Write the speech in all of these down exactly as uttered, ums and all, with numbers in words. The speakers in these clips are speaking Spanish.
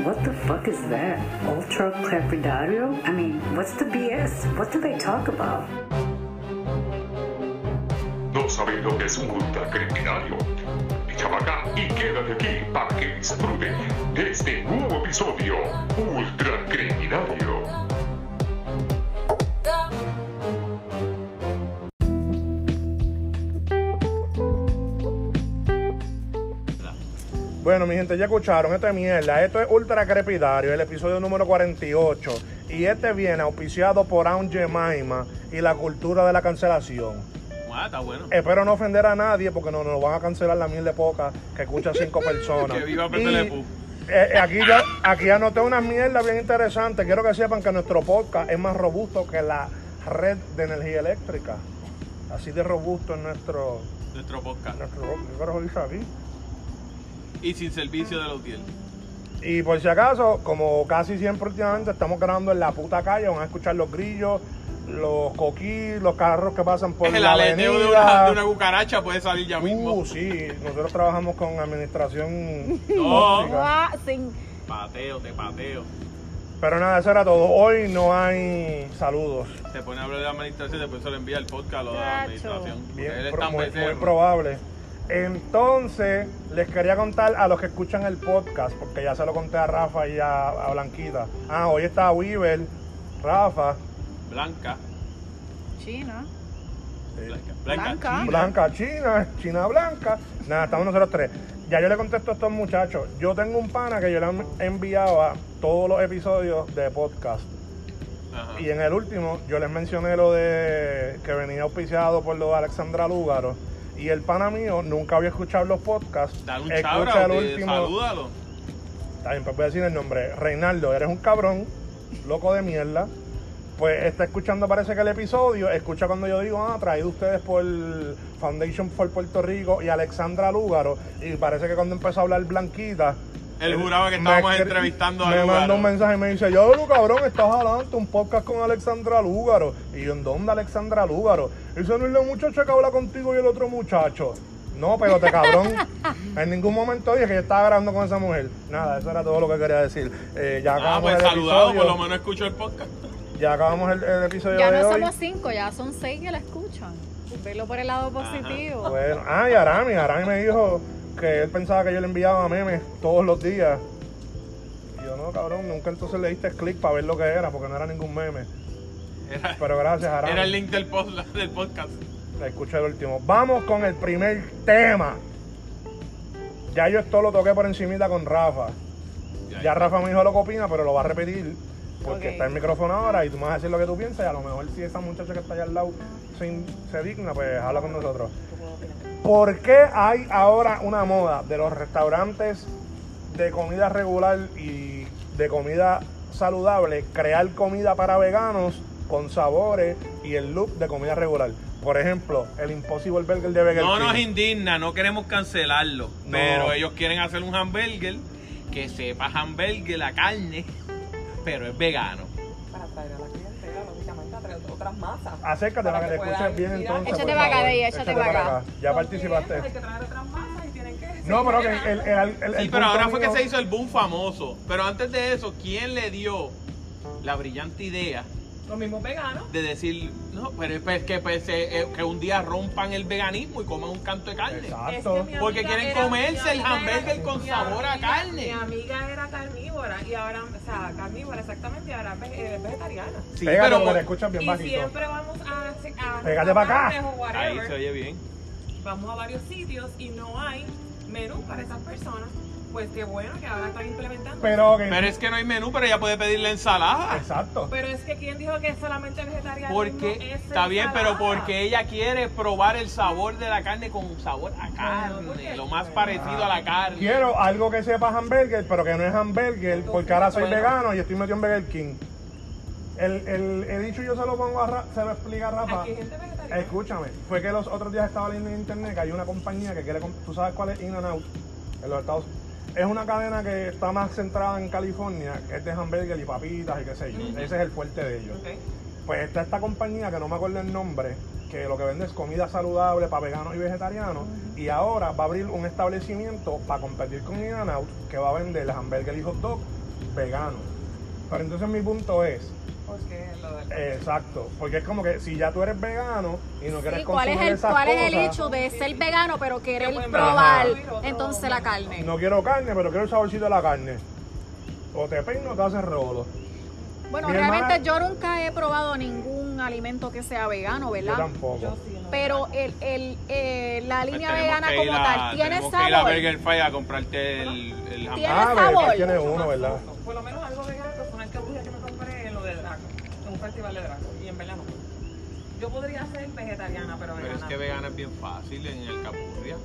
What the fuck is that? Ultra Crepidario? I mean, what's the B S? What do they talk about? ¿No sabes lo que es un ultra crepidario? Echa para acá y quédate aquí para que disfrute de este nuevo episodio Ultra Crepidario. Bueno, mi gente, ya escucharon, esto es mierda, esto es Ultra Crepidario, el episodio número cuarenta y ocho. Y este viene auspiciado por Aunt Jemima y la cultura de la cancelación. Ah, está bueno. Espero no ofender a nadie porque no nos van a cancelar la mil de poca que escucha cinco personas. Que viva Y, Pepe Le Pew. eh, aquí, yo, aquí anoté unas mierdas bien interesantes. Quiero que sepan que nuestro podcast es más robusto que la red de energía eléctrica. Así de robusto es nuestro... Nuestro podcast. nuestro ¿qué carajo dice aquí? Y sin servicio de los diez. Y por si acaso, como casi siempre últimamente estamos grabando en la puta calle, van a escuchar los grillos, los coquí, los carros que pasan por El la aleteo de avenida. una, de una cucaracha puede salir ya mismo. Uh, sí, nosotros trabajamos con administración No. tóxica. Sin... Pateo, te pateo. Pero nada, eso era todo. Hoy no hay saludos. Te pone a hablar de la administración y después se le envía el podcast a lo de la administración. Bien, Él es pro- tan muy, becerro. muy probable. Entonces, les quería contar a los que escuchan el podcast, porque ya se lo conté a Rafa y a, a Blanquita. Ah, hoy está Weaver, Rafa, Blanca. China. Blanca. Blanca. China. Blanca China, China Blanca. Nada, estamos nosotros tres. Ya yo le contesto a estos muchachos. Yo tengo un pana que yo le enviaba todos los episodios de podcast. Ajá. Y en el último, yo les mencioné lo de que venía auspiciado por lo de Alexandra Lúgaro. Y el pana mío nunca había escuchado los podcasts. Dale un Escucha chabra, el último. salúdalo. Está bien, pues voy a decir el nombre. Reinaldo, eres un cabrón, loco de mierda. Pues está escuchando, parece que el episodio. Escucha cuando yo digo, ah, traído ustedes por Foundation for Puerto Rico y Alexandra Lúgaro. Y parece que cuando empezó a hablar Blanquita, Él juraba que me estábamos escri- entrevistando a Me Lúgaro. manda un mensaje y me dice, yo, lo cabrón, estás adelante, un podcast con Alexandra Lúgaro. Y yo, ¿en dónde Alexandra Lúgaro? Y dice, no es la muchacha que habla contigo y el otro muchacho. No, pero te cabrón. En ningún momento dije que yo estaba grabando con esa mujer. Nada, eso era todo lo que quería decir. Eh, ya Ah, acabamos pues el saludado, episodio. por lo menos escucho el podcast. Ya acabamos el, el episodio Ya de no hoy. somos cinco, ya son seis que la escuchan. Verlo por el lado positivo. Bueno, ah, y Arami, Arami me dijo que él pensaba que yo le enviaba memes todos los días. Y yo, no, cabrón, nunca entonces le diste clic para ver lo que era, porque no era ningún meme. Era, Pero gracias, Arami. era el link del, post, del podcast. Escuché el último. Vamos con el primer tema. Ya yo esto lo toqué por encimita con Rafa. Ya Rafa me dijo lo que opina, pero lo va a repetir. Porque Ok. está el micrófono ahora y tú me vas a decir lo que tú piensas. Y a lo mejor si esa muchacha que está allá al lado se, se digna, pues habla con nosotros. ¿Por qué hay ahora una moda de los restaurantes de comida regular y de comida saludable crear comida para veganos con sabores y el look de comida regular? Por ejemplo, el Impossible Burger de Burger No King. nos indigna, no queremos cancelarlo. No. Pero ellos quieren hacer un hamburger que sepa hamburger, la carne, pero es vegano. Para atraer a la clientela, lógicamente, atraer otras masas. Acércate para que te puedan escuches bien ir a- entonces. Échate por para acá, favor. Bella, échate para acá. Ya Son participaste. clientes, Hay que traer otras masas y tienen que... No, pero que el, el, el, el- Sí, el pero ahora punto fue que mío- se hizo el boom famoso. Pero antes de eso, ¿quién le dio la brillante idea Los mismos veganos. de decir, no, pero es pues, que, pues, eh, eh, que un día rompan el veganismo y coman un canto de carne? Exacto. Es que mi Porque amiga quieren era- comerse mi el amiga hamburger era- con mi sabor a amiga- carne. Mi amiga era carnívora y ahora, o sea, carnívora exactamente, y ahora es ve- eh, vegetariana. Sí, Pégate pero porque te escuchas bien Y bajito. siempre vamos a... a Pégate pa' acá. restaurantes o ahí whatever. se oye bien. Vamos a varios sitios y no hay menú para esas personas. Pues qué bueno que ahora están implementando. Pero que... Pero es que no hay menú, pero ella puede pedirle ensalada. Exacto. Pero es que ¿quién dijo que es solamente vegetariano? Porque está bien, pero porque ella quiere probar el sabor de la carne con sabor a carne, porque- lo más parecido a la carne. Quiero algo que sepa hamburger, pero que no es hamburger, porque ahora soy vegano y estoy metido en Burger King. El, el, he dicho yo se lo pongo a Ra- se lo explica a Rafa. Aquí hay gente vegetariana. Escúchame, fue que los otros días estaba leyendo en internet que hay una compañía que quiere, com- tú sabes cuál es In and Out, en los Estados Unidos. Es una cadena que está más centrada en California, que es de hamburger y papitas y qué sé yo. Ujú. Ese es el fuerte de ellos. Ok. Pues está esta compañía que no me acuerdo el nombre, que lo que vende es comida saludable para veganos y vegetarianos, y ahora va a abrir un establecimiento para competir con In-N-Out que va a vender hamburgues y hot dog veganos. Pero entonces mi punto es, Porque lo del... exacto, porque es como que si ya tú eres vegano y no quieres Sí, ¿cuál es consumir el, esas cuál es el cosas, hecho de ser vegano pero querer pueden probar probar. entonces la carne? no quiero carne, pero quiero el saborcito de la carne. O te peino o te haces rolo. Bueno, Mi realmente hermana- yo nunca he probado ningún alimento que sea vegano, Yo ¿verdad? tampoco. Yo sí, no. Pero el, el, eh, la Pues línea tenemos vegana que ir como a- tal, ¿tiene tenemos que ir a sabor? Burger Fight a comprarte el, el hamburger. ¿Tiene Ah, sabor? Burger tiene uno, ¿verdad? Por lo menos algo vegano fue una alcaldía que me compré en lo de Draco, en un festival de Draco, y en verdad no. Yo podría ser vegetariana, pero Pero vegana. es que vegana es bien fácil en el capurria.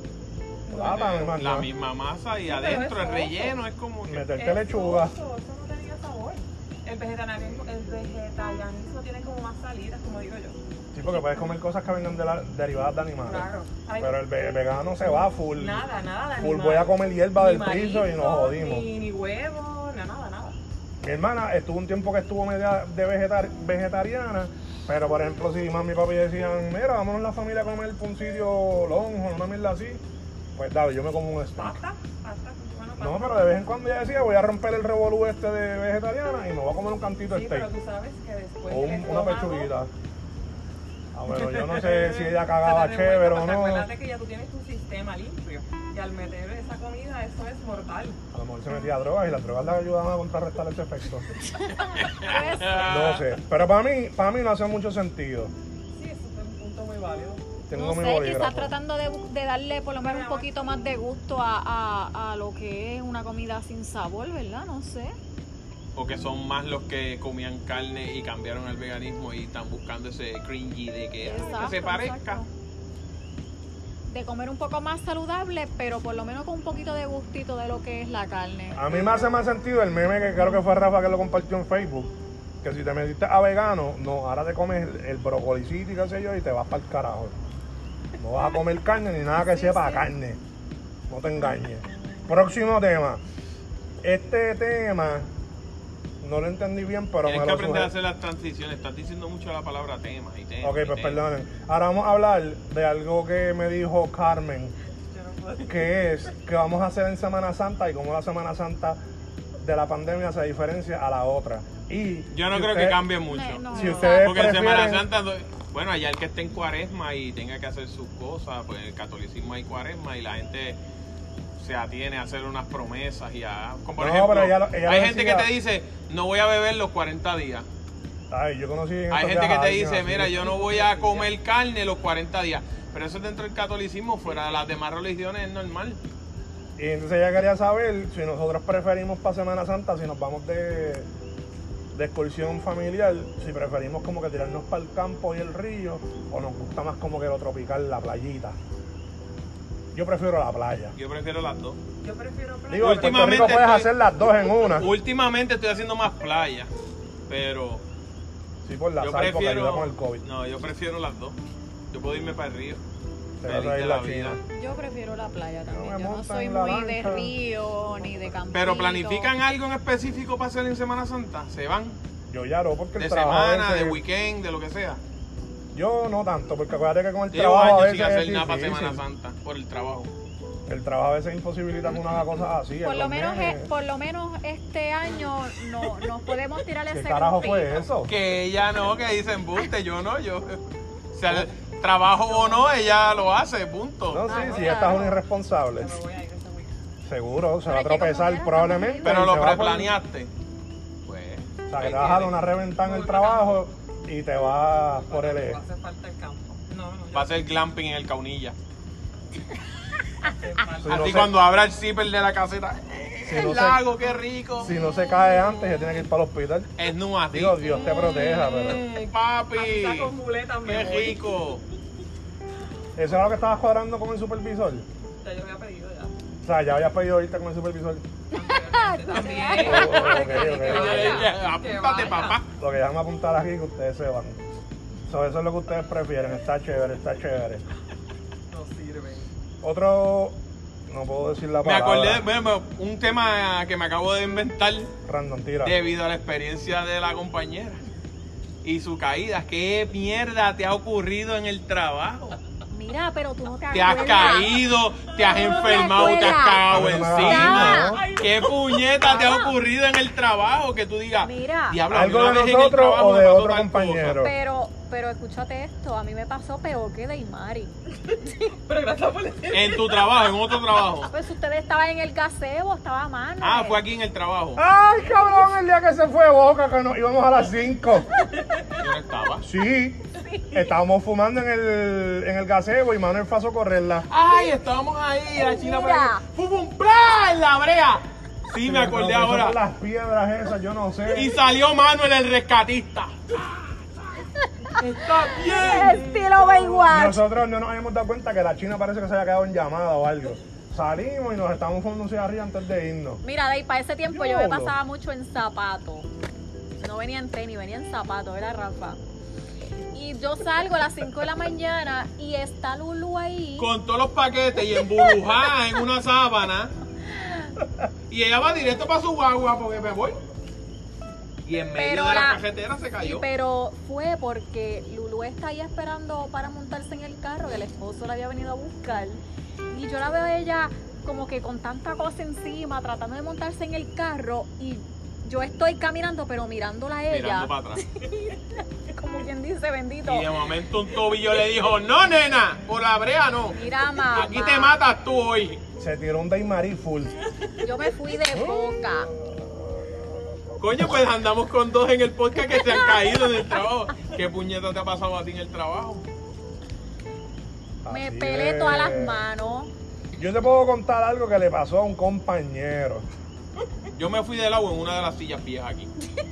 Ah, para mi La mamá. misma masa y Sí, pero adentro es el soso. relleno es como que... Meterte Es lechuga. soso, eso no tenía sabor. El vegetarianismo, el vegetarianismo tiene como más salidas, como digo yo. Sí, porque puedes comer cosas que vengan de la, derivadas de animales. Claro. Hay Pero el, ve- el vegano se va full. nada, nada de Full animal. voy a comer hierba Ni del piso y nos marisco, jodimos. Ni, ni huevo, nada, nada, nada. Mi hermana estuvo un tiempo que estuvo media de vegetar- vegetariana, pero por ejemplo si mami y papi decían, mira, vámonos la familia a comer por un sitio lonjo, una mierda así, pues dale, yo me como un steak. Pasta, pasta, bueno, pasta. No, pero de vez en cuando ella decía, voy a romper el revolú este de vegetariana y me voy a comer un cantito de Sí, steak. pero tú sabes que después O un- el una estómago pechuguita. Ah, bueno, yo no sé si ella se cagaba te chévere revuelve, o porque no. acuérdate que ya tú tienes tu sistema limpio. Y al meter esa comida, eso es mortal. A lo mejor se metía drogas y las drogas le ayudaban a contrarrestar ese efecto. Pues, No sé, pero para mí, para mí no hace mucho sentido. Sí, eso es un punto muy válido. Tengo no mi sé, bolígrafo. quizás tratando de, bu- de darle por lo menos un poquito más de gusto a, a, a lo que es una comida sin sabor, ¿verdad? No sé. O que son más los que comían carne y cambiaron al veganismo y están buscando ese cringy de que, ah, Exacto, que se parezca. exacto. De comer un poco más saludable, pero por lo menos con un poquito de gustito de lo que es la carne. A mí me hace más sentido el meme que creo que fue Rafa que lo compartió en Facebook. Que si te metiste a vegano, no, ahora te comes el, el brocolicito y qué sé yo y te vas para el carajo. No vas a comer carne ni nada que sepa a carne. No te engañes. Próximo tema. Este tema no lo entendí bien, pero Tienes me que lo aprender a suge- hacer las transiciones. Estás diciendo mucho la palabra tema y tema. Ok, y pues tema. perdonen. Ahora vamos a hablar de algo que me dijo Carmen, Yo no puedo. que es que vamos a hacer en Semana Santa y cómo la Semana Santa de la pandemia se diferencia a la otra. Y Yo no si creo usted- que cambie mucho. No, no. Si ustedes Porque en prefieren, Semana Santa, bueno, allá el que esté en cuaresma y tenga que hacer sus cosas, pues en el catolicismo hay cuaresma y la gente se atiene a hacer unas promesas y a... Como por No, ejemplo, pero ella lo- ella hay lo gente decía- que te dice, no voy a beber los cuarenta días. Ay, yo conocí en Hay estos gente días que a te alguien dice, así. mira, yo no voy a comer carne los cuarenta días. Pero eso dentro del catolicismo, fuera de las demás religiones, es normal. Y entonces ella quería saber si nosotros preferimos para Semana Santa, si nos vamos de, de excursión familiar, si preferimos como que tirarnos para el campo y el río, o nos gusta más como que lo tropical, la playita. Yo prefiero la playa. Yo prefiero las dos. Yo prefiero playa. Digo, en Puerto Últimamente Rico puedes estoy- hacer las dos en una. Últimamente estoy haciendo más playa, pero Sí, por la yo sal, porque prefiero... ayuda con el COVID. No, yo prefiero las dos. Yo puedo irme para el río. Te vas Feliz a ir de la la vida. China. Yo prefiero la playa también. me Yo no monta soy en la muy de lancha. río ni de campito. Pero planifican algo en específico para hacer en Semana Santa. Se van Yo ya no, porque el de trabajo a semana, veces- de weekend, de lo que sea. Yo no tanto, porque acuérdate que con el Llevo trabajo a años veces sin hacer es nada para difícil. Semana Santa por el trabajo. El trabajo a veces imposibilita que uno haga cosas así. Por el lo, menos, nenes. eh, por lo menos este año no, nos podemos tirar ¿Qué ese carajo fue grupito. eso? Que ella no, que dice embuste, yo no, yo. O sea, el trabajo o no, ella lo hace, punto. No, sí, Ah, si claro. esta es una irresponsable. Me voy a ir ese weekend. Seguro, se Pero va a es que como tropezar quiera, probablemente. Pero y lo se va a preplaneaste. Pues. poner- O sea, que ahí te vas a dar tiene. una reventada en el trabajo y te vas por el eje. Va a hacer falta el campo. No, no, Va a ser glamping en el Caunilla. hace falta. Si no Así se- cuando abra el zipper de la caseta. Si el no se- lago, qué rico. Si no se cae antes, ya tiene que ir para el hospital. Es nu así. Digo, Dios te proteja, pero... Mm, papi. Así está con muletas, me Qué voy. rico. ¿Eso era lo que estabas cuadrando con el supervisor? Ya yo había pedido ya. O sea, ya habías pedido irte con el supervisor. También. Oh, oh, ok, ok. Que vaya. Apúntate, vaya. papá. Lo que déjame apuntar aquí que ustedes se van. So, eso es lo que ustedes prefieren. Está chévere, está chévere. No sirve. Otro... No puedo decir la Me palabra. acordé de bueno, un tema que me acabo de inventar Random, tira. debido a la experiencia de la compañera. y su caída. ¿Qué mierda te ha ocurrido en el trabajo? Mira, pero tú no te Te acuerdas. has caído, te has Tú no te enfermado, te has acuerdas. cagado No, encima. no. ¿Qué puñeta te ha ocurrido en el trabajo? Que tú digas, Mira. diablo, a mí ¿Algo una de vez en el nosotros trabajo o me de pasó otro tal compañero? Pero, pero escúchate esto, a mí me pasó peor que Deimari. Pero gracias por decir. cosa. En tu trabajo, en otro trabajo. Pues ustedes estaban en el gazebo, estaba a mano. Ah, fue aquí en el trabajo. Ay, cabrón, el día que se fue Boca, que nos íbamos a las cinco. Yo no estaba. Sí, estábamos fumando en el, en el gazebo y Manuel fue a socorrerla. Ay, estábamos ahí, la china por Mira. ahí. ¡Pum, pum, plá! En la brea. Sí, me acordé Pero eso ahora. con las piedras esas, yo no sé. Y salió Manuel el rescatista. Está bien. Estilo Baywatch. Nosotros no nos habíamos dado cuenta que la china parece que se había quedado en llamada o algo. Salimos y nos estábamos fumando un cigarrillo antes de irnos. Mira, Dey, para ese tiempo yo me Diablo. pasaba mucho en zapato. No venía en tenis, venía en zapato, era Rafa. Y yo salgo a las cinco de la mañana y está Lulu ahí. Con todos los paquetes y emburujada en una sábana. Y ella va directo para su guagua porque me voy. Y en medio Pero de la la- cajetera se Sí, cayó. pero fue porque Lulu está ahí esperando para montarse en el carro, que el esposo la había venido a buscar. Y yo la veo a ella como que con tanta cosa encima, tratando de montarse en el carro. Y yo estoy caminando, pero mirándola a ella. Mirando para atrás. Como quien dice, bendito. Y de momento un tobillo le dijo, no nena, por la brea no. Mira, mamá. Aquí te matas tú hoy. Se tiró un Daymarí full. Yo me fui de boca. Coño, pues andamos con dos en el podcast que se han caído en el trabajo. ¿Qué puñeta te ha pasado a ti en el trabajo? Me Así pelé es. todas las manos. Yo te puedo contar algo que le pasó a un compañero. Yo me fui del agua en una de las sillas viejas aquí.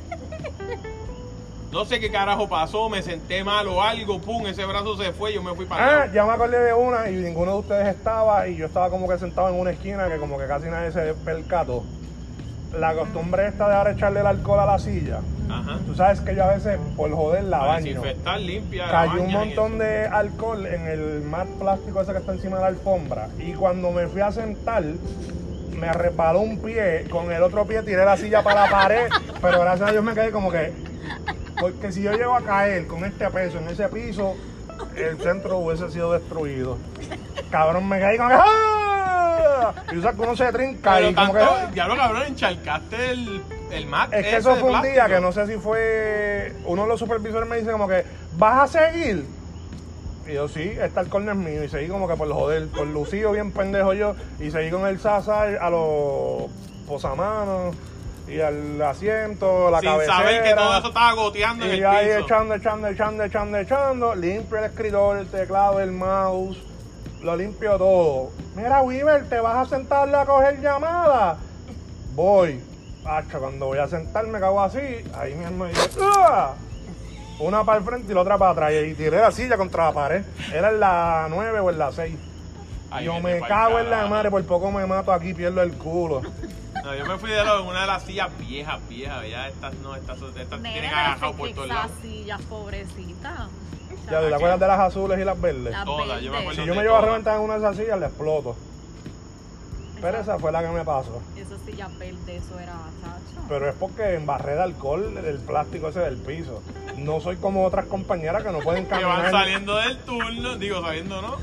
No sé qué carajo pasó, me senté mal o algo, pum, ese brazo se fue, yo me fui para Ah, allá. ya me acordé de una y ninguno de ustedes estaba y yo estaba como que sentado en una esquina que como que casi nadie se percató. La costumbre esta de ahora echarle el alcohol a la silla. Ajá. Tú sabes que yo a veces por joder la Para baño. desinfectar, limpia. la Cayó un bañas en montón eso. de alcohol en el mat plástico ese que está encima de la alfombra. Y cuando me fui a sentar, me resbaló un pie. Con el otro pie tiré la silla para la pared. Pero gracias a Dios me quedé como que. Porque si yo llego a caer con este peso en ese piso, el centro hubiese sido destruido. Cabrón, me caí como que. ¡ah! Y tú sabes que uno se trinca Pero y como tanto, que. diablo cabrón, encharcaste el, el mat. Es que ese eso de fue un día plástico. que no sé si fue. Uno de los supervisores me dice como que, ¿vas a seguir? Y yo, sí, este alcohol no es mío. Y seguí como que por joder, por lucido, bien pendejo yo. Y seguí con el Sasa a los posamanos y al asiento, la Sin cabecera. saber que todo eso estaba goteando en Y el ahí piso. echando, echando, echando, echando, echando. Limpio el escritorio, el teclado, el mouse. Lo limpio todo. Mira, Weaver, ¿te vas a sentarle a coger llamadas? Voy. Hacho, cuando voy a sentarme, me cago así. Ahí mismo dice, ¡ah! Una para el frente y la otra para atrás. Y tiré la silla contra la pared. Era en la nueve o en la seis. Ay, Yo vete me pa'l cago en la carajo. madre, por poco me mato aquí, pierdo el culo. No, yo me fui de lado en una de las sillas viejas, viejas. Ya estas no, estas, estas tienen agarrado por todos lados. Esas sillas, pobrecita. Ya, ¿te acuerdas de las azules y las verdes? Las Todas, yo me verdes. acuerdo. Si yo me llevo a reventar en una de esas sillas, le exploto. Pero esa fue la que me pasó. Esas sillas verdes, eso era chacho. Pero es porque embarré de alcohol el plástico ese del piso. No soy como otras compañeras que no pueden Que van caminar. saliendo del turno, digo saliendo, ¿no?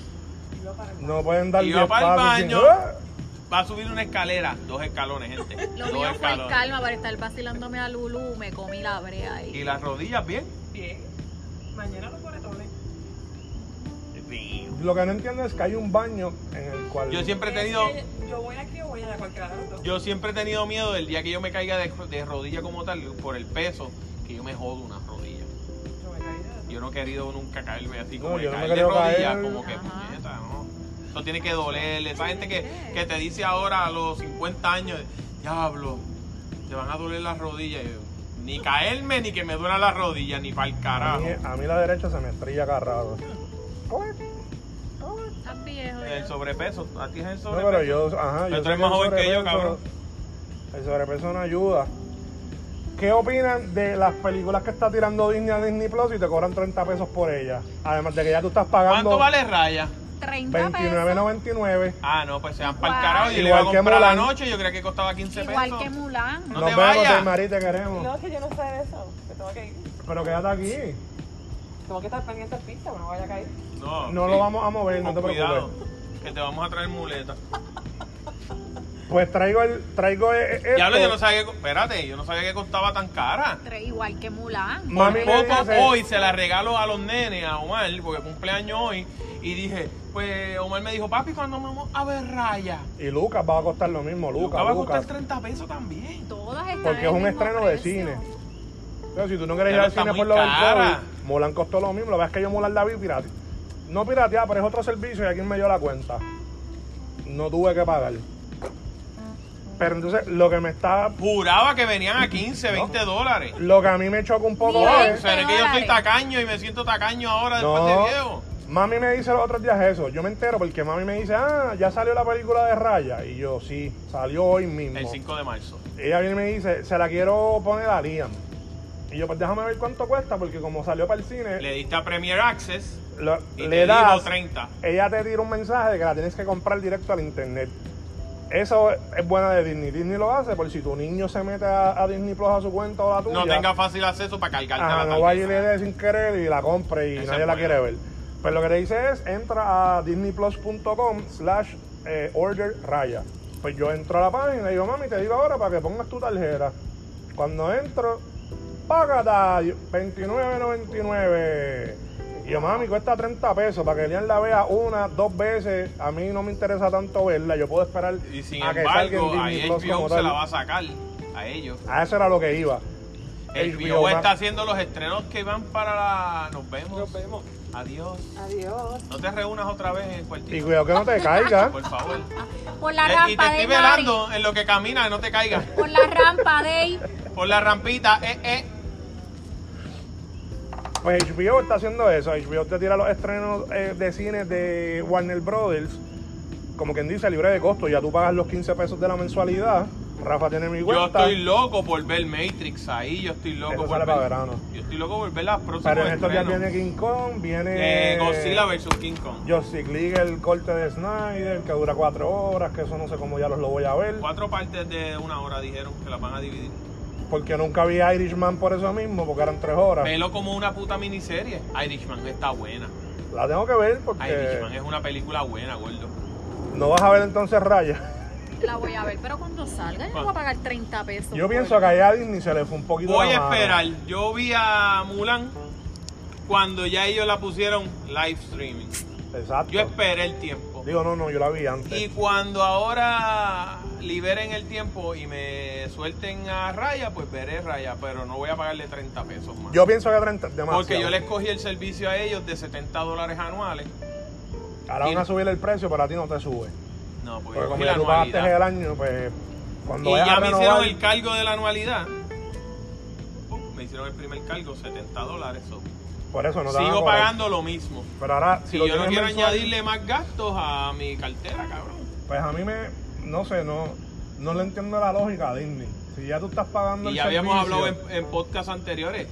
No pueden dar Iba diez para el pasos sin- baño. ¡Ah! Va a subir una escalera, dos escalones, gente. Lo dos mío fue en escalones. calma para estar vacilándome a Lulu, me comí la brea ahí. Y las rodillas bien. Bien. Mañana los moretones. Lo que no entiendo es que hay un baño en el cual... Yo siempre he tenido, Es que Yo voy aquí o voy a cualquiera de los dos. yo siempre he tenido miedo del día que yo me caiga de, de rodilla como tal, por el peso, que yo me jodo una rodilla. Yo me caí de- Yo no he querido nunca caerme así No, como de yo no me caer he de querido rodillas, caer. como que Ajá. puñeta, ¿no? Eso tiene que dolerle. Esa gente que, que te dice ahora a los cincuenta años, diablo, te van a doler las rodillas. Y yo, ni caerme, ni que me duelan las rodillas, ni para el A carajo. mí, a mí la derecha se me estrella agarrado. Estás viejo El ya. sobrepeso, a ti es el No, sobrepeso. pero yo, ajá, Pero yo tú sé eres que más el joven que yo, sobrepeso- cabrón. El sobrepeso no ayuda. ¿Qué opinan de las películas que está tirando Disney a Disney Plus y te cobran treinta pesos por ellas? Además de que ya tú estás pagando ¿Cuánto vale Raya? treinta veintinueve pesos. noventa y nueve. Ah, no, pues se van para el Igual. carajo. Yo le Igual iba a que comprar la Mulan. noche, yo creía que costaba quince Igual pesos. que Mulan. No Nos te vemos, vayas. Del Marí, te queremos. No, es que yo no sé de eso. Me tengo que ir. Pero quédate aquí. Tengo que estar pendiente del piso, que no vaya a caer. No, No sí. lo vamos a mover, no Con te cuidado, preocupes. que te vamos a traer muletas. Pues traigo el, traigo e- esto. Diablo, yo no sabía que... Espérate, yo no sabía que costaba tan cara. Tres igual que Mulan. Por Mami me poco dice- hoy se la regalo a los nenes, a Omar, porque cumpleaños hoy. Y dije, pues Omar me dijo, papi, ¿cuándo vamos a ver Raya? Y Lucas va a costar lo mismo, Lucas Lucas, va a costar Lucas. treinta pesos también. Todas están Porque en es un el mismo estreno de precio. cine. Pero si tú no quieres ir Pero al está cine muy por lo del cara. COVID, Mulan costó lo mismo. Lo que pasa es que yo Mulan la vi pirata. No pirateada, pero es otro servicio y aquí me dio la cuenta. No tuve que pagar. Pero entonces, lo que me está... Juraba que venían a quince, veinte dólares. Lo que a mí me choca un poco Mira, es... Pero es que yo soy dólares. tacaño y me siento tacaño ahora después No, de viejo. mami me dice los otros días eso. Yo me entero porque mami me dice, ah, ya salió la película de Raya. Y yo, sí, salió hoy mismo. El cinco de marzo. Ella viene y me dice, se la quiero poner a Liam. Y yo, pues déjame ver cuánto cuesta, porque como salió para el cine, Le diste a Premier Access lo- y le te das, dijo treinta. ella te tira un mensaje de que la tienes que comprar directo al internet. Eso es buena de Disney. Disney lo hace por si tu niño se mete a, a Disney Plus a su cuenta o la tuya. No tenga fácil acceso para cargarte Ajá, la no tarjeta. vaya y le dé sin querer y la compre y Esa nadie es la buena. quiere ver. Pues lo que te dice es, entra a disneyplus.com slash eh, order raya. Pues yo entro a la página y digo, mami, te digo ahora para que pongas tu tarjeta. Cuando entro, págata, veintinueve noventa y nueve. Y yo, mami, cuesta treinta pesos para que Lian la vea una, dos veces. A mí no me interesa tanto verla. Yo puedo esperar Y sin a que salga en embargo, Disney ahí Plus H B O como se tal. la va a sacar a ellos. A eso era lo que iba. H B O está haciendo los estrenos que van para la... Nos vemos. Nos vemos. Adiós. Adiós. No te reúnas otra vez en el Y cuartito. cuidado que no te caiga. Por favor. Por la Eh, y te rampa estoy de velando en lo que camina, que no te caigas. Por la rampa de Por la rampita, eh, eh. Pues H B O está haciendo eso. H B O te tira los estrenos eh, de cine de Warner Brothers, como quien dice, libre de costo. Ya tú pagas los quince pesos de la mensualidad. Rafa tiene mi Yo cuenta. estoy loco por ver Matrix ahí, yo estoy loco Eso por sale ver... para verano. Yo estoy loco por ver las próximas Pero en estos días estrenos. viene King Kong, viene Eh, Godzilla versus King Kong. Justice League, el corte de Snyder, que dura cuatro horas, que eso no sé cómo ya los lo voy a ver. Cuatro partes de una hora dijeron que las van a dividir. Porque nunca vi Irishman por eso mismo, porque eran tres horas. Velo como una puta miniserie. Irishman está buena. La tengo que ver porque Irishman es una película buena, gordo. no vas a ver entonces Raya. la voy a ver, pero cuando salga yo no voy a pagar treinta pesos. Yo por- pienso que allá a Disney se le fue un poquito Voy la a mano. esperar. Yo vi a Mulan cuando ya ellos la pusieron live streaming. Exacto. Yo esperé el tiempo. Digo, no, no, yo la vi antes. Y cuando ahora liberen el tiempo y me suelten a Raya, pues veré Raya, pero no voy a pagarle treinta pesos más. Yo pienso que treinta demasiado. Porque yo les cogí el servicio a ellos de setenta dólares anuales. Ahora van a subir el precio, pero a ti no te sube. No, Porque porque yo como cogí ya la tú pagaste anualidad. el año, pues cuando Y vayas ya a me renovar, hicieron el cargo de la anualidad. Pum, Me hicieron el primer cargo, setenta dólares. so. por eso no te van a Sigo cobrar. pagando lo mismo. Pero ahora, si Y lo yo no tienes quiero mensual, añadirle más gastos a mi cartera, cabrón. pues a mí me, no sé, no, no le entiendo la lógica a Disney. Si ya tú estás pagando Y el ya habíamos servicio, hablado en, en podcasts anteriores,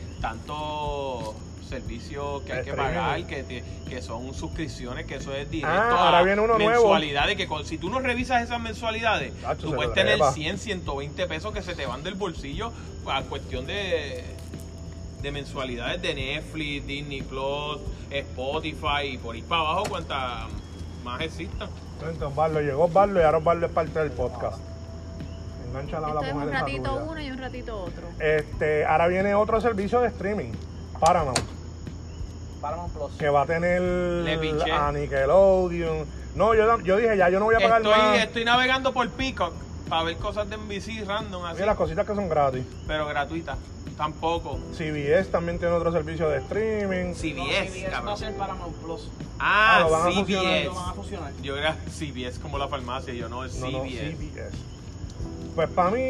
tanto servicios que hay que Streaming. pagar, que, te- que son suscripciones, que eso es directo Ah, ahora a viene uno nuevo. mensualidades, que con- si tú no revisas esas mensualidades, Tacho, tú se puedes lo tener trepa. cien, ciento veinte pesos que se te van del bolsillo a cuestión de, de mensualidades de Netflix, Disney Plus, Spotify y por ahí para abajo cuantas más existan. Entonces, Barlo llegó Barlo y ahora Barlo es parte del podcast. Engancha la, la Esto es mujer un esa ratito tuya. uno y un ratito otro. Este, ahora viene otro servicio de streaming, Paramount, Paramount Plus. que va a tener Le piché. a Nickelodeon. No, yo, yo dije ya, yo no voy a pagar Estoy, más. estoy navegando por Peacock para ver cosas de N B C random así, Mira las cositas que son gratis. pero gratuitas. Tampoco. C B S también tiene otro servicio de streaming. C B No, S, C B S va a cabrón. ser Paramount Plus. Ah, Ah, lo van a C B fusionar, S. Lo van a fusionar. Yo era C B S como la farmacia, yo no, es No, C no, B S. C B S. Pues para mí,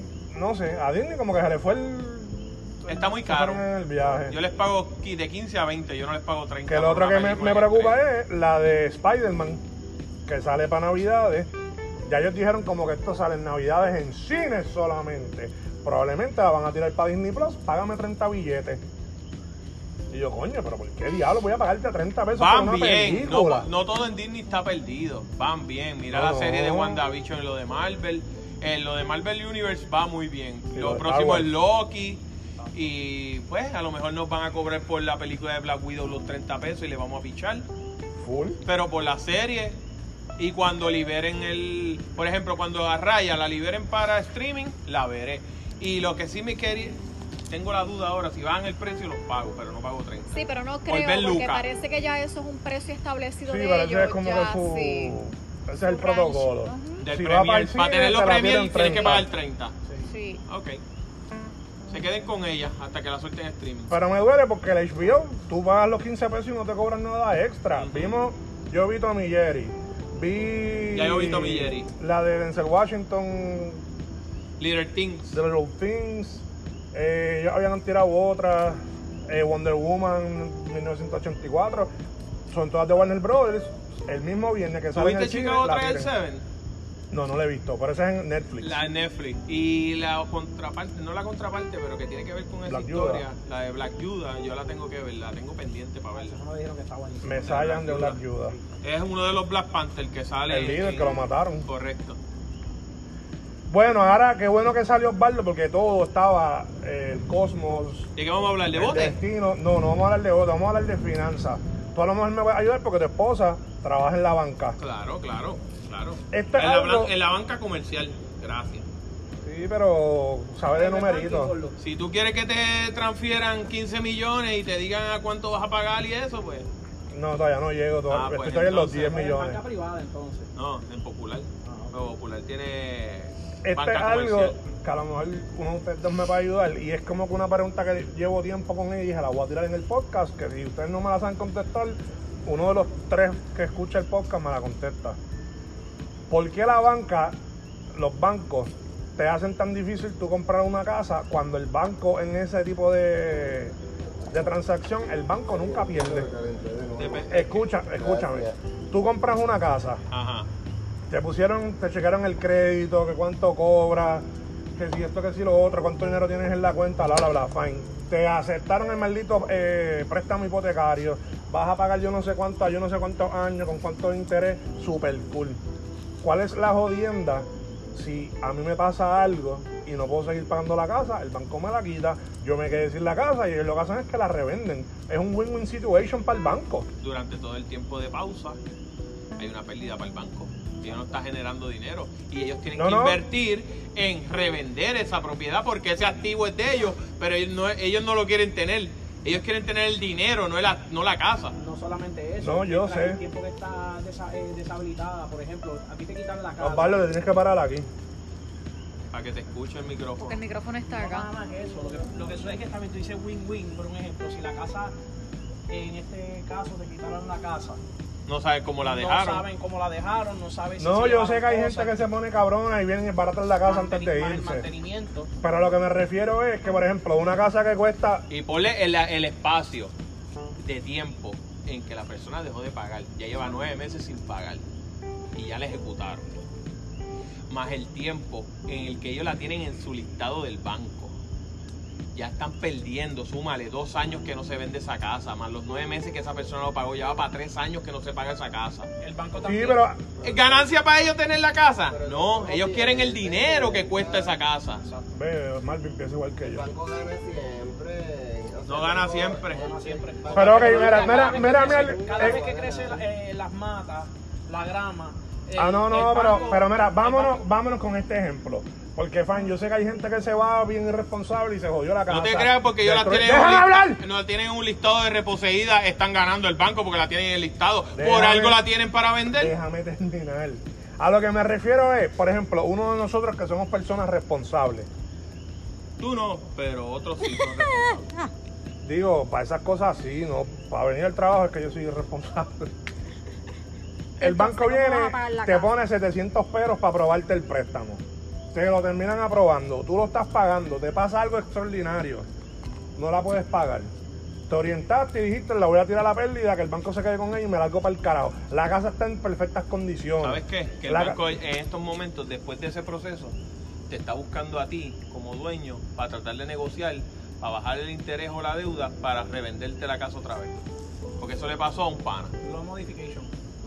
no sé, a Disney como que se le fue el... Está muy se caro. fueron en el viaje. Yo les pago qui- de quince a veinte, yo no les pago treinta. Que lo por otro una que me, película me de preocupa estreno. es la de Spider-Man, que sale para Navidades. Ya ellos dijeron como que esto sale en Navidades en cines solamente. Probablemente la van a tirar para Disney Plus, págame treinta billetes. Y yo, coño, pero ¿por qué diablo voy a pagarte treinta pesos por Van una bien, no, película? no todo en Disney está perdido, van bien. Mira No, la serie de no. WandaVision en lo de Marvel, en lo de Marvel Universe va muy bien. Y lo Lo de próximo Star es Loki, Y pues a lo mejor nos van a cobrar por la película de Black Widow los treinta pesos y le vamos a pichar. Full. Pero por la serie, y cuando liberen el, por ejemplo, cuando a Raya la liberen para streaming, la veré. Y lo que sí me quería, tengo la duda ahora, si bajan el precio los pago, pero no pago treinta. Sí, pero no Por creo, ver porque Luca. parece que ya eso es un precio establecido Sí, de pero ellos. ese es como ya, que su... sí. Ese es el Su protocolo. ranch. Ujú. Del Si va Premier, para el para cine, tenerlo te la Premier tiran tienes que treinta. pagar treinta. Sí. Ok. Se queden con ella hasta que la suelten en streaming. Pero me duele porque el H B O, tú pagas los quince pesos y no te cobran nada extra. Ujú. Vimos, yo vi Tom y Jerry. Vi... Ya yo vi Tom y Jerry. La de Denzel Washington, Little Things. The Little Things. Eh, ellos habían tirado otras. Eh, Wonder Woman mil novecientos ochenta y cuatro. Son todas de Warner Brothers. El mismo viernes que sale en ¿Tuviste el cine, Chicago la Trial tiran. Seven? No, no la he visto, pero esa es en Netflix. La de Netflix. Y la contraparte, no la contraparte, pero que tiene que ver con esa Black historia, Judah. la de Black Judah, yo la tengo que ver, la tengo pendiente para verla. Eso me dijeron que está buenísimo. Mesallan de Black Judah. Es uno de los Black Panther que sale. El líder en- que lo mataron. Correcto. Bueno, ahora qué bueno que salió Osvaldo porque todo estaba, eh, el cosmos, ¿De qué vamos a hablar? ¿De el bote? destino. No, no vamos a hablar de bote, vamos a hablar de finanzas. Tú a lo mejor me vas a ayudar porque tu esposa trabaja en la banca. Claro, claro, claro. Esto es en, la, algo- blan- en la banca comercial. Gracias. Sí, pero sabe de numeritos. Si tú quieres que te transfieran quince millones y te digan a cuánto vas a pagar y eso, pues. No, todavía no llego, todavía. Ah, pues estoy en los entonces, diez Pues en millones. banca privada, entonces. No, en Popular. Ah, ok. Pero Popular tiene. Este banca es algo comercial. que a lo mejor uno de ustedes dos me va a ayudar y es como que una pregunta que llevo tiempo con ella y dije, la voy a tirar en el podcast, que si ustedes no me la saben contestar, uno de los tres que escucha el podcast me la contesta. ¿Por qué la banca, los bancos, te hacen tan difícil tú comprar una casa cuando el banco en ese tipo de, de transacción, el banco nunca pierde? Dep- Escucha, escúchame, tú compras una casa, Ajá. te pusieron, te checaron el crédito, que cuánto cobras, que si esto, que si lo otro, cuánto dinero tienes en la cuenta, bla, bla, bla, fine. Te aceptaron el maldito eh, préstamo hipotecario, vas a pagar yo no sé cuánto, yo no sé cuántos años, con cuánto interés, super cool. ¿Cuál es la jodienda? Si a mí me pasa algo y no puedo seguir pagando la casa, el banco me la quita, yo me quedé sin la casa y ellos lo que hacen es que la revenden. Es un win-win situation para el banco. Durante todo el tiempo de pausa hay una pérdida para el banco. Ellos no están generando dinero y ellos tienen No, que no. invertir en revender esa propiedad porque ese activo es de ellos, pero ellos no, ellos no lo quieren tener. Ellos quieren tener el dinero, no la, no la casa. No solamente eso. No, yo mientras sé. El tiempo que está desa- eh, deshabilitada, por ejemplo, a ti te quitan la casa. Osvaldo, te tienes que parar aquí. Para que te escuche el micrófono. Porque el micrófono está No nada acá. más que eso. Lo que, lo que sucede es que también tú dices win-win, por un ejemplo, si la casa, en este caso, te quitaron la casa. No sabes cómo la No dejaron. saben cómo la dejaron, no saben si No, se yo llevan sé que hay cosas, gente que se pone cabrona y vienen y baratan la casa antes de manteni- el irse. mantenimiento. Pero a lo que me refiero es que, por ejemplo, una casa que cuesta... Y ponle el, el espacio de tiempo en que la persona dejó de pagar. Ya lleva nueve meses sin pagar. Y ya la ejecutaron. Más el tiempo en el que ellos la tienen en su listado del banco. Ya están perdiendo, súmale dos años que no se vende esa casa, más los nueve meses que esa persona lo pagó, ya va para tres años que no se paga esa casa. El banco Sí, también. pero... ¿Es ganancia para ellos tener la casa? No, ellos quieren el dinero que cuesta esa casa. Ve, Marvin piensa igual que El yo. banco gana siempre. O sea, No gana siempre. Gana siempre. Pero ok, mira, Cada mira, vez que mira, crece- mira, Cada eh, vez que crecen eh, las matas, la grama. el- Ah, no, no, el pero, banco- pero mira, el vámonos, banco- vámonos con este ejemplo. Porque, fan, yo sé que hay gente que se va bien irresponsable y se jodió la casa. No te creas porque ellos la Destruye- tienen, en un ¡Déjame lista- hablar! no tienen un listado de reposeída, están ganando el banco porque la tienen en el listado. Por Déjame- algo la tienen para vender. Déjame terminar. A lo que me refiero es, por ejemplo, uno de nosotros que somos personas responsables. Tú no, pero otros sí son responsables. Digo, para esas cosas sí, no. Para venir al trabajo es que yo soy irresponsable. El Entonces, banco ¿cómo vas a viene, pagar la te casa? pone setecientos pesos para aprobarte el préstamo. Te lo terminan aprobando, tú lo estás pagando, te pasa algo extraordinario, no la puedes pagar. Te orientaste y dijiste, la voy a tirar a la pérdida, que el banco se quede con ella y me largo para el carajo. La casa está en perfectas condiciones. ¿Sabes qué? Que el La- banco en estos momentos, después de ese proceso, te está buscando a ti como dueño para tratar de negociar, para bajar el interés o la deuda, para revenderte la casa otra vez. Porque eso le pasó a un pana. Loan modification.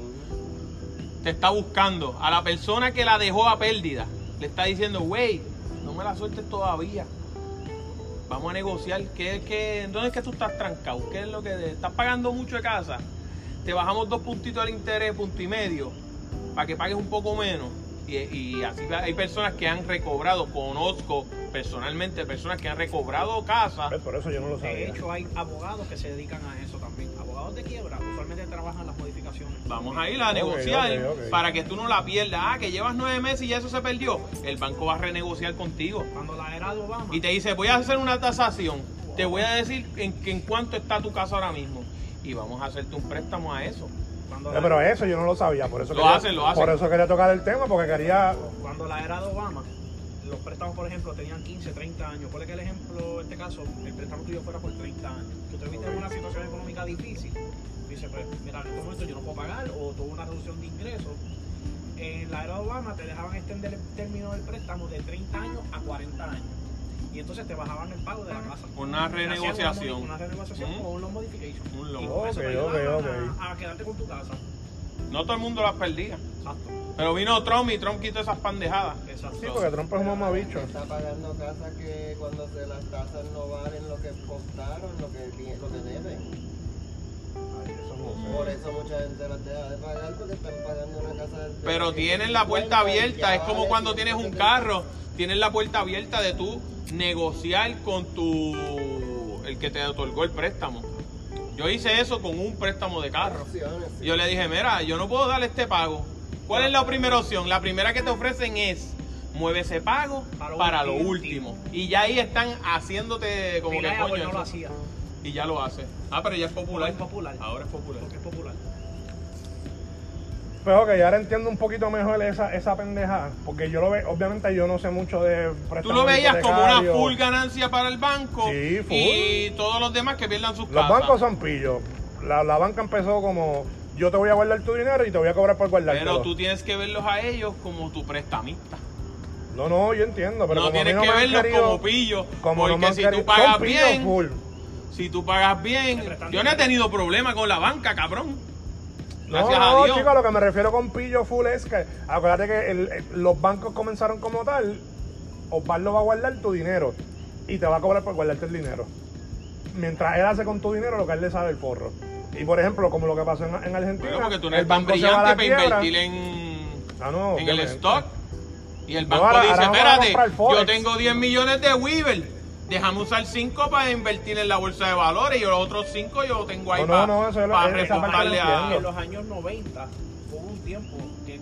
Te está buscando a la persona que la dejó a pérdida. Le está diciendo, güey, no me la sueltes todavía. Vamos a negociar. ¿Qué, qué, ¿Dónde es que tú estás trancado? ¿Qué es lo que estás pagando mucho de casa? Te bajamos dos puntitos al interés, punto y medio, para que pagues un poco menos. Y, y así hay personas que han recobrado, conozco personalmente personas que han recobrado casa. Por eso yo no lo sabía. De hecho, hay abogados que se dedican a eso también. Abogados de quiebra usualmente trabajan las modificaciones. Vamos a ir a negociar okay, okay, okay. para que tú no la pierdas. Ah, que llevas nueve meses y ya eso se perdió. El banco va a renegociar contigo. Cuando la era de Obama. Y te dice, voy a hacer una tasación. Wow. Te voy a decir en, en cuánto está tu casa ahora mismo. Y vamos a hacerte un préstamo a eso. No, pero eso yo no lo sabía, por eso, lo quería, hacen, lo hacen. por eso quería tocar el tema, porque quería... Cuando la era de Obama, los préstamos, por ejemplo, tenían quince, treinta años. Ponle que el ejemplo, en este caso, el préstamo tuyo fuera por treinta años. Que usted viste en una situación económica difícil. Dice, pues, mira, en este momento yo no puedo pagar o tuvo una reducción de ingresos. En la era de Obama te dejaban extender el término del préstamo de treinta años a cuarenta años. Y entonces te bajaban el pago de la casa. Una renegociación. Una, una renegociación mm. o un loan modification. Un loan. Y con eso okay, te okay, okay. A, a quedarte con tu casa. No todo el mundo las perdía. Exacto. Pero vino Trump y Trump quitó esas pendejadas. Exacto. Sí, porque Trump es un mamabicho. Está pagando casas que cuando se las tasas no valen lo que costaron, lo que, lo que deben. Ay, eso no sé. Por eso mucha gente las deja de pagar porque están pagando una casa de... Pero tienen la puerta abierta. Es como cuando tienes un carro. Tienes la puerta abierta de tú negociar con tu... el que te otorgó el préstamo. Yo hice eso con un préstamo de carro. Yo le dije, mira, yo no puedo darle este pago. ¿Cuál es la primera opción? La primera que te ofrecen es, mueve ese pago para, para lo último. último. Y ya ahí están haciéndote como que coño. No lo hacía. Y ya lo hace. Ah, pero ya es popular. Es popular. Ahora es popular. Porque es popular. Pues ok, ahora entiendo un poquito mejor esa, esa pendeja, porque yo lo veo, obviamente yo no sé mucho de préstamos. Tú lo veías como una full ganancia para el banco sí, full. Y todos los demás que pierdan sus Los casas. Los bancos son pillos. La, la banca empezó como, yo te voy a guardar tu dinero y te voy a cobrar por guardártelo. Pero tú tienes que verlos a ellos como tu prestamista. No, no, yo entiendo, pero no como tienes no que verlos querido, como pillos, como porque no si querido, tú pagas bien, full. si tú pagas bien, yo no he tenido problema con la banca, cabrón. Gracias no, a Dios. Chicos, a lo que me refiero con pillo full es que acuérdate que el, el, los bancos comenzaron como tal. Osvaldo va a guardar tu dinero y te va a cobrar por guardarte el dinero. Mientras él hace con tu dinero lo que él le sabe el forro. Y por ejemplo, como lo que pasó en, en Argentina, bueno, porque tú no eres el tan banco se va a la brillante para quiebra. invertir en, ah, no, en el stock. Y el banco no, ahora, dice, ahora espérate, yo tengo diez millones de Weaver. Déjame usar cinco para invertir en la bolsa de valores y los otros cinco yo tengo ahí no, no, para no, pa es, reportarle a... En los años noventa hubo un tiempo que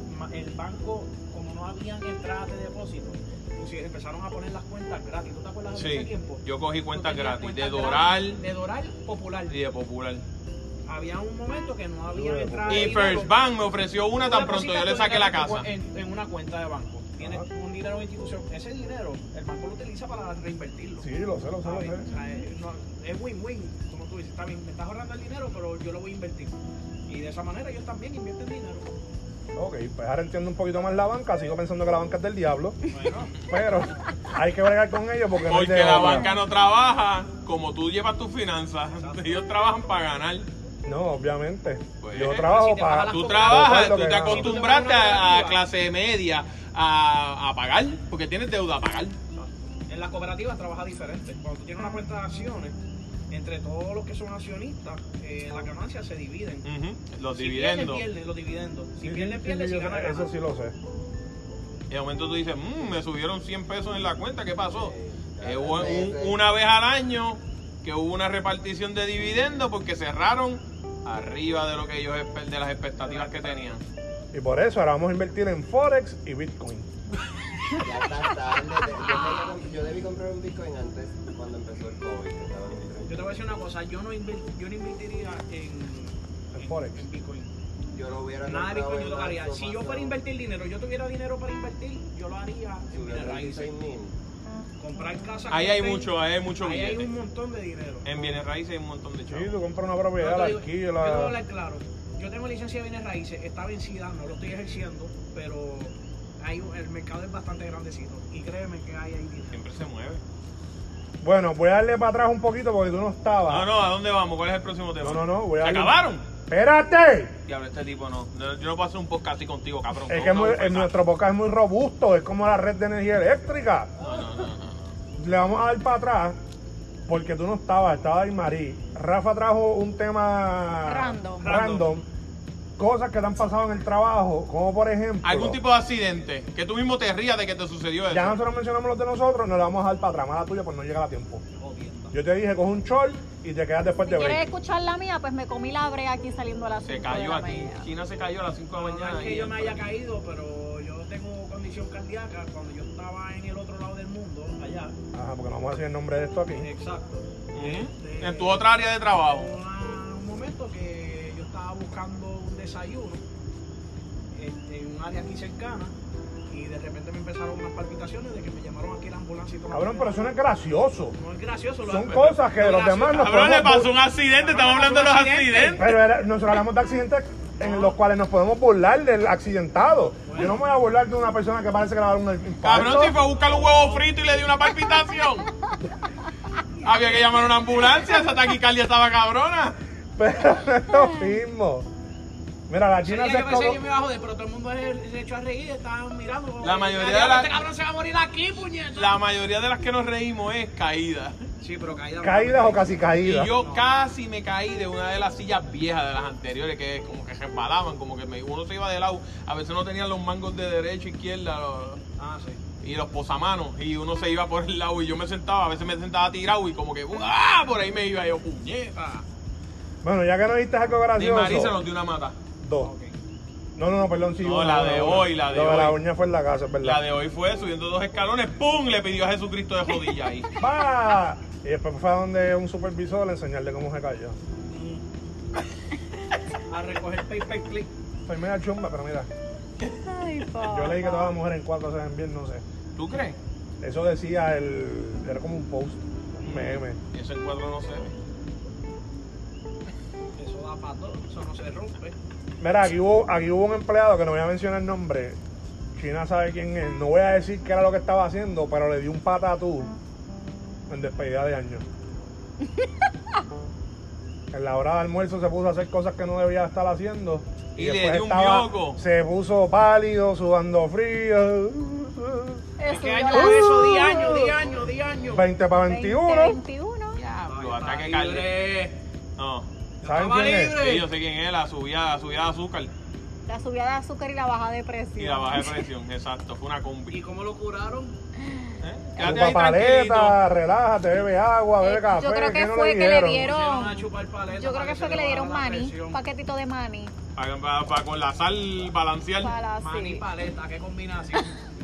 el banco, como no habían entradas de depósito, empezaron a poner las cuentas gratis. ¿Tú te acuerdas de sí, ese tiempo? Yo cogí cuentas gratis, cuentas de Doral, gratis, de Doral Popular. Y de Popular. Había un momento que no había entradas. Y First Bank me ofreció una tan pronto yo le saqué la casa. En, en una cuenta de banco. Tienes un dinero de institución. Ese dinero, el banco lo utiliza para reinvertirlo. Sí, lo sé, lo sé, lo sé. O sea, es, no, es win-win, como tú dices. Está bien, me estás ahorrando el dinero, pero yo lo voy a invertir. Y de esa manera ellos también invierten dinero. Ok, pues ahora entiendo un poquito más la banca. Sigo pensando que la banca es del diablo. Bueno. Pero hay que bregar con ellos porque, porque no hay de la otra. banca no trabaja como tú llevas tus finanzas. Exacto. Ellos trabajan para ganar. No, obviamente. Pues, yo trabajo si para... Tú trabajas, tú te gano. acostumbraste a, a clase media a, a pagar, porque tienes deuda a pagar. En la cooperativa trabaja diferente. Cuando tú tienes una cuenta de acciones, entre todos los que son accionistas, eh, las ganancias se dividen. Uh-huh. Los si dividendos. Pierden, pierden los dividendos. Si sí, pierden, sí, pierden, sí, si sí, ganan, eso ganan. sí lo sé. Y de momento tú dices, mmm, me subieron cien pesos en la cuenta, ¿qué pasó? Sí, Eh, hubo un- una vez al año que hubo una repartición de dividendos porque cerraron arriba de lo que ellos espe- de las expectativas que tenían. Y por eso ahora vamos a invertir en Forex y Bitcoin. Ya está tarde. Yo, debí, yo debí comprar un Bitcoin antes, cuando empezó el COVID. Que estaban en Yo te voy a decir una cosa, yo no, invert, yo no invertiría en, En en, Forex. en Bitcoin. Yo lo hubiera Nada de comprado Bitcoin yo lo en haría. marzo, Si yo más fuera a o- invertir dinero, yo tuviera dinero para invertir, yo lo haría en subió bienes a raíces. veintiséis mil. Comprar casa. Ahí que hay estén- mucho, ahí hay mucho Ahí hay billete. un montón de dinero. En bienes raíces hay un montón de Sí, chavos. tú compras una propiedad, la Yo te digo- alquilas. yo te voy a hablar claro. Yo tengo licencia de bienes raíces, está vencida, no lo estoy ejerciendo, pero hay, un- el mercado es bastante grandecito. Y créeme que hay ahí dinero. Siempre se mueve. Bueno, voy a darle para atrás un poquito porque tú no estabas. No, no, ¿a dónde vamos? ¿Cuál es el próximo tema? no, no, no, voy a ¿Se darle- acabaron? ¡Espérate! Diablo, este tipo no. No, yo no puedo hacer un podcast así contigo, cabrón. Es No, que no, muy- pues, en nuestro podcast es muy robusto, es como la red de energía eléctrica. No, no, no, no. le vamos a dar para atrás porque tú no estabas, estaba ahí Marí. Rafa trajo un tema Random. random, cosas que te han pasado en el trabajo, como por ejemplo... Algún tipo de accidente, que tú mismo te rías de que te sucedió eso. Ya nosotros mencionamos los de nosotros, nos la vamos a dar para atrás, mala tuya, pues no llega a tiempo. Jodiendo. Yo te dije, coge un short y te quedas después Si de quieres break. escuchar la mía, pues me comí la brea aquí saliendo a las Se cinco de cayó la aquí. mañana. China se cayó a las cinco de la No, no mañana. es que y yo me haya entró. caído, pero yo tengo condición cardíaca cuando yo estaba en el otro lado del mundo, allá. Ajá, porque no vamos a decir el nombre de esto aquí. Exacto. Ujú. Este, En tu otra área de trabajo. una- un momento que yo estaba buscando un desayuno este, en un área aquí cercana y de repente me empezaron unas palpitaciones de que me llamaron aquí la ambulancia y todo. Cabrón, pero eso no es gracioso. No es gracioso. lo- Son pero- cosas que lo los gracioso- demás nos Cabrón, le podemos pasó un accidente, estamos hablando de los accidentes. Pero era- nosotros hablamos de accidentes en los cuales nos podemos burlar del accidentado. Yo no me voy a burlar de una persona que parece que le va a dar un infarto. Cabrón, si fue a buscar un huevo frito y le dio una palpitación. Había que llamar a una ambulancia, esa taquicardia estaba cabrona. Pero no es lo mismo. Mira, la Ese china día se yo pensé que escapó. yo me iba a joder, pero todo el mundo se, se echó a reír, estaban mirando. como La que, mayoría "Diablo, de la- Este cabrón se va a morir aquí, puñeta. La mayoría de las que nos reímos es caída. Sí, pero caída. Caídas o casi Y caídas. yo casi me caí de una de las sillas viejas de las anteriores que como que resbalaban, como que me- uno se iba de lado. A veces no tenían los mangos de derecha e izquierda los- Ah, sí. y los posamanos. Y uno se iba por el lado y yo me sentaba, a veces me sentaba tirado y como que ¡ah! Por ahí me iba yo, puñeta. Bueno, ya que no viste algo Ni gracioso. Marisa nos dio una mata. Dos. No, no, no, perdón, sí. No, una, la una, de una. hoy, la de Lo de la hoy. uña fue en la casa, es verdad. La de hoy fue subiendo dos escalones, ¡pum! Le pidió a Jesucristo de rodilla ahí. ¡Va! Y después fue a donde un supervisor a enseñarle cómo se cayó. A recoger paper clip. Soy media chumba, pero mira. Ay, Yo leí que todas las mujeres en cuatro se ven bien, no sé. ¿Tú crees? Eso decía el... Era como un post, un meme. Y ese encuadro no se ve. Eso da para todo, eso no se rompe. Mira, aquí hubo, aquí hubo un empleado que no voy a mencionar el nombre. China sabe quién es. No voy a decir qué era lo que estaba haciendo, pero le dio un patatú en despedida de año. En la hora de almuerzo se puso a hacer cosas que no debía estar haciendo. Y le después dio un estaba- bioco. Se puso pálido, sudando frío. Eso ¿Qué yo año la- es eso? Di año, di año, di año. veinte para veinte, veintiuno. veintiuno. Diablo, Está ataque cardio. libre. No. ¿Saben Estaba quién es? libre. Sí, yo sé quién es, la subida, la subida de azúcar La subida de azúcar y la baja de presión. y la baja de presión, exacto, fue una ¿Y combi. cómo lo curaron? ¿Eh? Tu Quédate ahí tranquilito. papaleta, relájate, bebe agua, bebe Eh, café. yo creo que ¿qué no fue que le dijeron? dieron- Pusieron a chupar paleta Yo creo para que se fue que le dieron bajara la maní, presión. un paquetito de maní. Para, para- para con la sal balancear. Para Maní, así. paleta, qué combinación.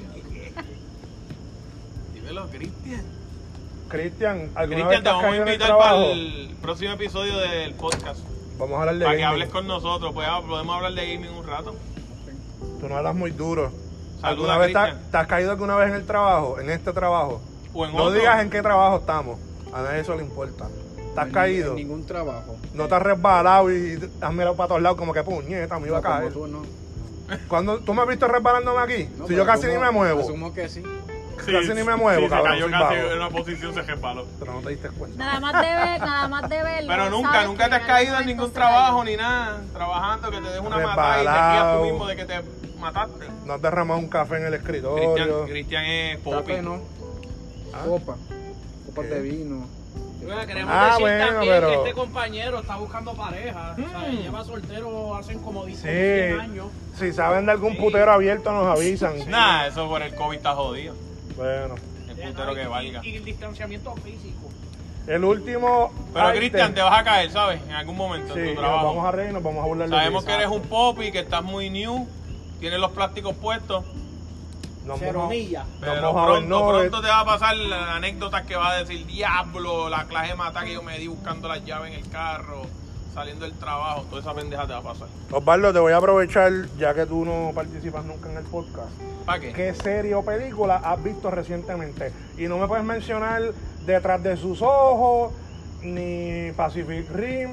Dímelo, Cristian. Cristian, ¿alguna Cristian, vez te te has vamos a caído en el invitar trabajo? para el próximo episodio del podcast. Vamos a hablar de Para que gaming. hables con nosotros, pues ah, podemos hablar de gaming un rato. Tú no hablas muy duro. Saluda, ¿Alguna vez te, has- Cristian. te has caído alguna vez en el trabajo? En este trabajo. O en No otro. digas en qué trabajo estamos. A nadie eso le importa. ¿Te has En- caído? En ningún trabajo. ¿No te has resbalado y has mirado para todos lados como que puñeta, me iba a No, como caer? tú, no. ¿Cuándo, ¿Tú me has visto resbalándome aquí? No, si pero yo casi asumo- ni me muevo. Asumo que sí. Sí, casi ni me muevo, sí, cabrón, Se cayó soy casi vago. en una posición, se resbaló. Pero no te diste cuenta. Nada más de ver, nada más de verlo. Pero nunca, sabes nunca que te has en caído en algún ningún momento se trabajo cayó. ni nada. Trabajando que te des una matada y te Resbalado. rías tú mismo de que te mataste. No has derramado un café en el Cristian, escritorio. Cristian es popi. Café no. Ah. Copa. Copas ¿Qué? de vino. Bueno, queremos Ah, decir bueno, también pero- que este compañero está buscando pareja. O sea, lleva soltero hacen como Sí. cien años. Si saben de algún putero abierto, nos avisan. Nah, eso por el COVID está jodido. Bueno. El putero que valga. Y, y el distanciamiento físico. El último. Pero item- Cristian, te vas a caer, ¿sabes? En algún momento Sí, en tu nos trabajo. vamos a reír y nos vamos a burlar de Sabemos ti. que eres un popi, que estás muy new, tienes los plásticos puestos, Nos Cero vamos a- millas. pero vamos a ver, pronto, no, pronto te va a pasar la anécdota que va a decir, diablo, la clase de mata que yo me di buscando las llaves en el carro, saliendo del trabajo, toda esa pendeja te va a pasar. Osvaldo, te voy a aprovechar, ya que tú no participas nunca en el podcast. ¿Para qué? ¿Qué serie o película has visto recientemente? Y no me puedes mencionar Detrás de sus ojos, ni Pacific Rim,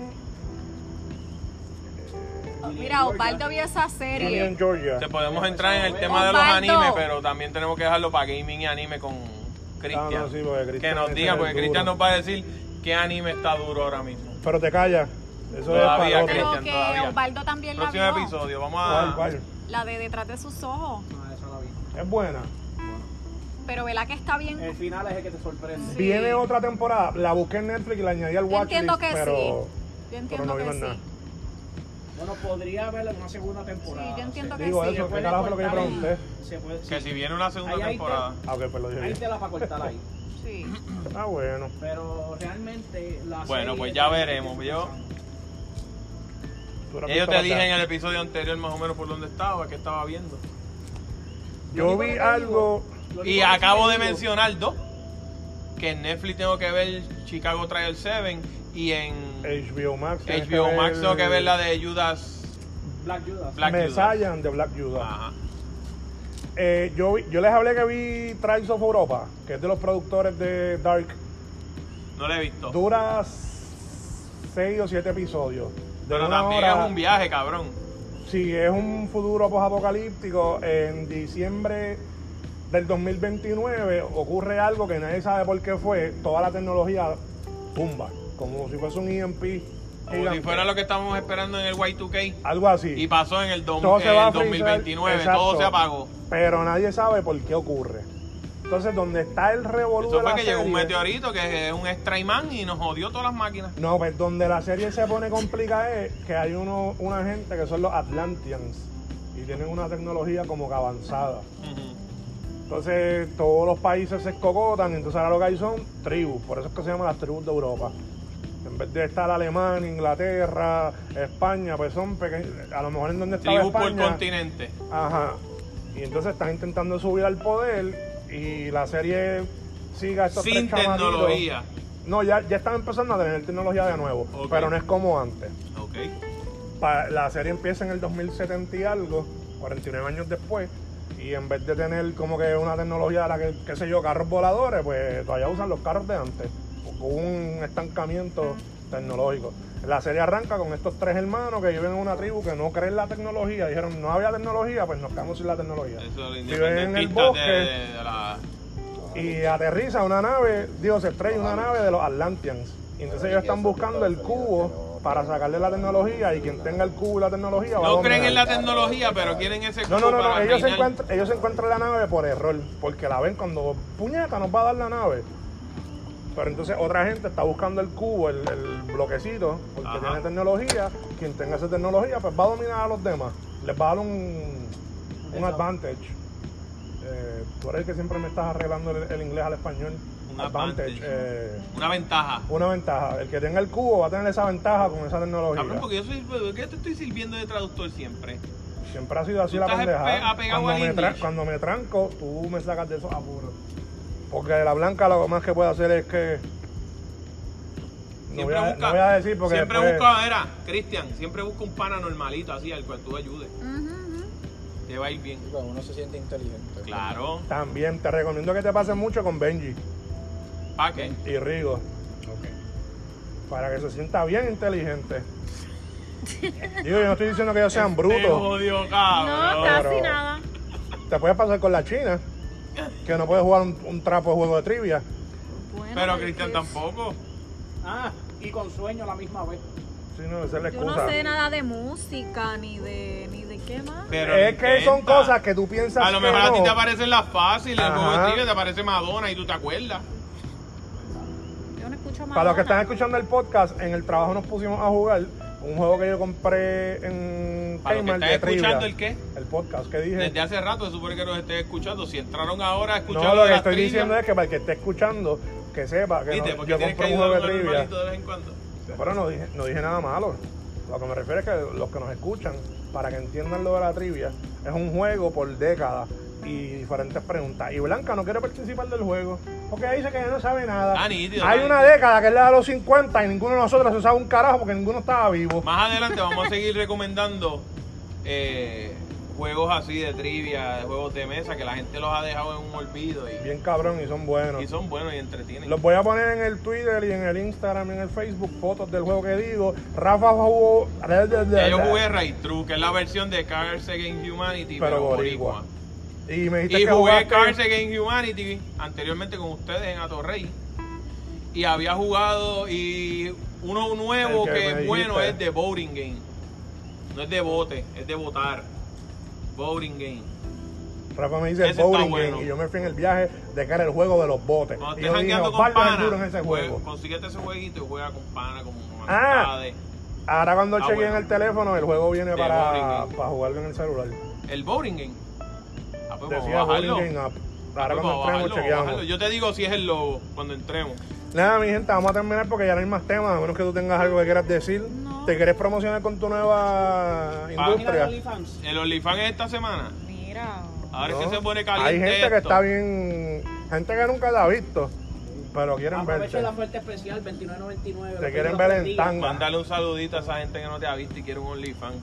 Mira, Osvaldo vio esa ni serie. en Georgia. Te podemos entrar en el tema de los Osvaldo. animes, pero también tenemos que dejarlo para gaming y anime con Cristian. Ah, no, sí, porque Cristian que nos ese diga, es porque el Cristian duro. nos va a decir qué anime está duro ahora mismo. Pero te callas. Eso Todavía, es para Pero otro. Cristian, que todavía. Osvaldo también la Próximo vio. episodio, vamos ¿Cuál, a... cuál? La de Detrás de sus ojos. No, esa la vi. Es buena. pero ¿verdad que está bien? El final es el que te sorprende. Sí. Viene otra temporada, la busqué en Netflix y la añadí al Yo entiendo watchlist, que pero, sí. Yo pero entiendo no que vimos sí. nada. Bueno, podría haber una segunda temporada. Sí, yo entiendo que Digo sí. eso, ¿qué puede carajo fue lo que yo cortar pregunté? Se puede, Que sí. si viene una segunda Ahí hay temporada. Ah, ok, pues lo dije Hay bien. tela para cortar ahí. Sí. Ah, bueno. Pero realmente la Bueno, serie pues ya es veremos, muy yo- interesante. Tú lo has Ellos visto te dije en bastante. el episodio anterior más o menos por dónde estaba, que estaba viendo. Yo Lo único vi que te algo... digo- lo Y único que acabo te de digo- mencionar dos. Que en Netflix tengo que ver Chicago Trial siete y en H B O Max. tienes H B O que Max tengo que ver la de Judas Black Judas. Black Judas. Messiah de Black Judas. Ajá. Eh, yo, vi- yo les hablé que vi Trials of Europa, que es de los productores de Dark. No lo he visto. Dura seis o siete episodios. De Pero una también hora. es un viaje, cabrón. Sí, es un futuro posapocalíptico. En diciembre del dos mil veintinueve ocurre algo que nadie sabe por qué fue. Toda la tecnología tumba, como si fuese un E M P. Como gigante. si fuera lo que estábamos esperando en el Y dos K. Algo así. Y pasó en el, dom- Todo se en va a el dos mil freezar, veintinueve. exacto. Todo se apagó. Pero nadie sabe por qué ocurre. Entonces, donde está el revolú Eso de fue la que llegó un serie- meteorito que es un Strayman y nos jodió todas las máquinas. No, pues donde la serie se pone complicada es que hay uno, una gente que son los Atlanteans y tienen una tecnología como que avanzada. Ujú. Entonces todos los países se escocotan, entonces ahora lo que hay son tribus, por eso es que se llaman las tribus de Europa. En vez de estar Alemania, Inglaterra, España, pues son pequeños, a lo mejor en donde estaba Tribu por España. continente. Ajá. Y entonces están intentando subir al poder y la serie sigue a estos Sin tres chamaquitos. tecnología. No, ya, ya están empezando a tener tecnología de nuevo, Ok. pero no es como antes. Ok. Pa- la serie empieza en el dos mil setenta y algo, cuarenta y nueve años después, y en vez de tener como que una tecnología de la que, qué sé yo, carros voladores, pues todavía usan los carros de antes, con un estancamiento tecnológico. La serie arranca con estos tres hermanos que viven en una tribu que no creen la tecnología, dijeron no había tecnología, pues nos quedamos sin la tecnología. Eso es lo Viven en el independentista bosque de, de la... y aterriza una nave, digo, se estrella una nave de los Atlanteans. Y entonces ellos están buscando el cubo para sacarle la tecnología y quien tenga el cubo y la tecnología va a No creen en dominar. la tecnología, pero quieren ese No, cubo no, no, no, para ellos se, reinar. encuentran, ellos se encuentran la nave por error, porque la ven cuando puñeta nos va a dar la nave. Pero entonces otra gente está buscando el cubo, el, el bloquecito, porque Ajá. tiene tecnología. Quien tenga esa tecnología, pues va a dominar a los demás. Les va a dar un, un advantage. Eh, tú eres el que siempre me estás arreglando el, el inglés al español. Un advantage. advantage. eh, Una ventaja. una ventaja. El que tenga el cubo va a tener esa ventaja con esa tecnología. Cabrón, porque yo soy... ¿por qué te estoy sirviendo de traductor siempre? Siempre ha sido así Tú la estás pendejada. ape- apegado Cuando al me, tra- English. cuando me tranco, tú me sacas de esos apuros. Porque la blanca lo más que puede hacer es que... No voy, Siempre a, busca... no voy a decir porque siempre después- busca... Era, Cristian, siempre busca un pana normalito así al cual tú ayudes. Ujú, ujú. Te va a ir bien. Cuando uno se siente inteligente. Claro. También te recomiendo que te pases mucho con Benji ¿Para qué? y Rigo. Para que se sienta bien inteligente. Digo, yo no estoy diciendo que ellos sean Te brutos. odio, No, cabrón. casi pero- nada. Te puedes pasar con la China, que no puedes jugar un, un trapo de juego de trivia. Bueno, Pero es Cristian que- tampoco. Ah, y con sueño a la misma vez. Sí, no, esa es la Yo no excusa. sé nada de música, ni de, ni de qué más. Pero Es que son intenta. cosas que tú piensas A lo que mejor a ti no. te aparecen las fáciles, el Ajá. juego de trivia te aparece Madonna y tú te acuerdas. Yo no escucho más. Para los que están escuchando el podcast, en el trabajo nos pusimos a jugar un juego que yo compré en Para los que Kmart están de trivia. escuchando el qué, El podcast que dije. desde hace rato se supone que los estés escuchando. Si entraron ahora a escuchar No, lo lo de que las estoy trivias, diciendo es que para el que esté escuchando, que sepa que ¿viste? no- Porque yo tienes que compré un ayudar juego a de un trivia. normalito de vez en cuando. Pero no dije, no dije nada malo. Lo que me refiero es que los que nos escuchan, para que entiendan lo de la trivia, es un juego por décadas y diferentes preguntas. Y Blanca no quiere participar del juego porque ella dice que ella no sabe nada. Ah, nítido, Hay ah, una nítido. década que es la de los cincuenta y ninguno de nosotros se sabe un carajo porque ninguno estaba vivo. Más adelante vamos a seguir recomendando eh, juegos así de trivia, de juegos de mesa, que la gente los ha dejado en un olvido y, Bien cabrón y son buenos. y son buenos y entretienen. Los voy a poner en el Twitter y en el Instagram y en el Facebook fotos del juego que digo. Rafa jugó... Ya yo jugué Raid True, que es la versión de Cards Against Humanity, pero, Pero boricua. boricua. Y me dijiste Y que jugué jugaste... Cards Against Humanity anteriormente con ustedes en Atorrey. Y había jugado y uno nuevo El que que, me es bueno dijiste. es de Voting Game. No es de bote, es de votar. Voting Game. Rafa me dice el Ese está bowling bueno. game y yo me fui en el viaje de que era el juego de los botes. Cuando Y estés yo dije, jangueando con Osvaldo es el pana, duro en ese juego. consíguete ese jueguito y juega con pana, como Ah. amistades. Ahora cuando Ah, chequeé bueno. en el teléfono, el juego viene De para, bowling game. para jugarlo en el celular. El bowling game. Ah, pues vamos Decía a bowling bajarlo. game app. Ah, Ahora pues cuando vamos a entremos bajarlo, vamos a chequeamos. bajarlo. Yo te digo si es el logo cuando entremos. Nada, mi gente, vamos a terminar porque ya no hay más temas, a menos que tú tengas algo que quieras decir. No. ¿Te quieres promocionar con tu nueva Mira industria? OnlyFans. El OnlyFans es esta semana. Mira. Ahora No. es que se pone caliente. Hay gente que esto. está bien, gente que nunca la ha visto, pero quieren Aprovecha verte. la oferta especial veintinueve noventa y nueve. Te quieren ver en tanga. Mándale un saludito a esa gente que no te ha visto y quiere un OnlyFans.